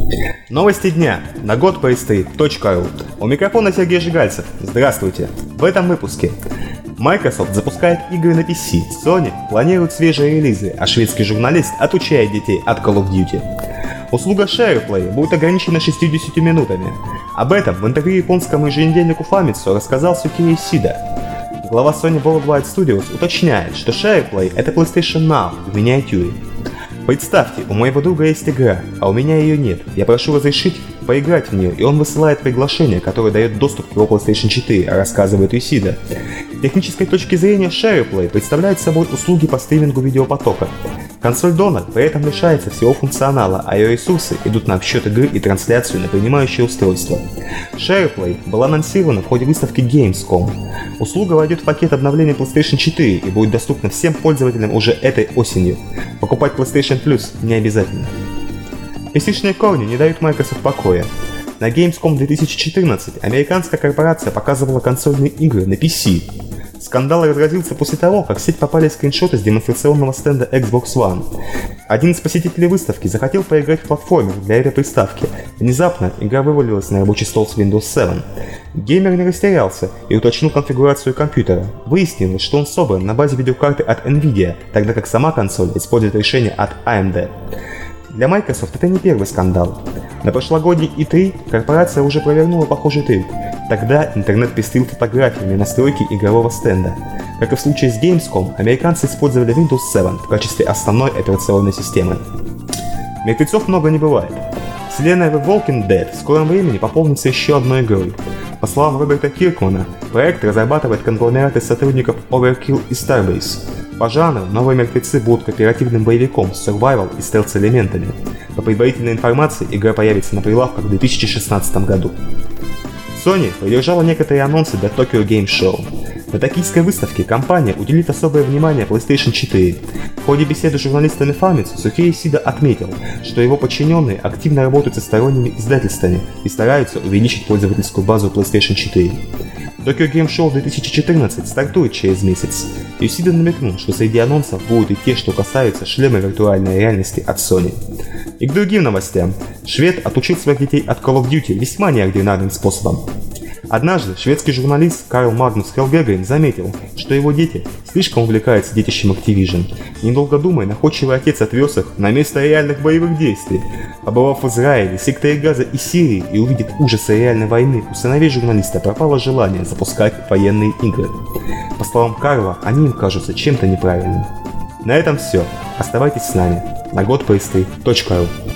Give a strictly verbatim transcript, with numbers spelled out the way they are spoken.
Новости дня на год по истории точка ру. У микрофона Сергей Жигальцев. Здравствуйте. В этом выпуске. Microsoft запускает игры на пи си, Sony планирует свежие релизы, а шведский журналист отучает детей от Call of Duty. Услуга SharePlay будет ограничена шестьюдесятью минутами. Об этом в интервью японскому еженедельнику Famitsu рассказал Сюки Исида. Глава Sony Worldwide Studios уточняет, что SharePlay — это PlayStation Now в миниатюре. Представьте, у моего друга есть игра, а у меня ее нет. Я прошу разрешить поиграть в нее, и он высылает приглашение, которое дает доступ к его PlayStation четыре, рассказывает Исида. С технической точки зрения, SharePlay представляет собой услуги по стримингу видеопотока. Консоль-донор при этом лишается всего функционала, а ее ресурсы идут на обсчет игры и трансляцию на принимающее устройство. SharePlay была анонсирована в ходе выставки Gamescom. Услуга войдет в пакет обновления PlayStation четыре и будет доступна всем пользователям уже этой осенью. Покупать PlayStation Plus не обязательно. пи си-шные корни не дают Microsoft покоя. На Gamescom две тысячи четырнадцать американская корпорация показывала консольные игры на пи си. Скандал разразился после того, как в сеть попали скриншоты с демонстрационного стенда Xbox One. Один из посетителей выставки захотел поиграть в платформер для этой приставки. Внезапно игра вывалилась на рабочий стол с Windows семь. Геймер не растерялся и уточнил конфигурацию компьютера. Выяснилось, что он собран на базе видеокарты от Nvidia, тогда как сама консоль использует решение от эй эм ди. Для Microsoft это не первый скандал. На прошлогодней и три корпорация уже провернула похожий трюк. Тогда интернет пестрил фотографиями настройки игрового стенда. Как и в случае с Gamescom, американцы использовали Windows семь в качестве основной операционной системы. Мертвецов много не бывает. Вселенная The Walking Dead в скором времени пополнится еще одной игрой. По словам Роберта Киркмана, проект разрабатывает конгломерат из сотрудников Overkill и Starbase. По жанру новые мертвецы будут кооперативным боевиком с survival и стелс-элементами. По предварительной информации, игра появится на прилавках в две тысячи шестнадцатом году. Sony придержала некоторые анонсы для Tokyo Game Show. На токийской выставке компания уделит особое внимание PlayStation четыре. В ходе беседы с журналистами Famitsu Сюки Исида отметил, что его подчиненные активно работают со сторонними издательствами и стараются увеличить пользовательскую базу PlayStation четыре. Tokyo Game Show две тысячи четырнадцать стартует через месяц. Исида намекнул, что среди анонсов будут и те, что касаются шлема виртуальной реальности от Sony. И к другим новостям. Швед отучил своих детей от Call of Duty весьма неординарным способом. Однажды шведский журналист Карл Магнус Хелгегрен заметил, что его дети слишком увлекаются детищем Activision. Недолго думая, находчивый отец отвез их на место реальных боевых действий. Побывав в Израиле, секторе Газа и Сирии и увидев ужасы реальной войны, у сыновей журналиста пропало желание запускать военные игры. По словам Карла, они им кажутся чем-то неправильным. На этом все. Оставайтесь с нами на год по истории точка ру.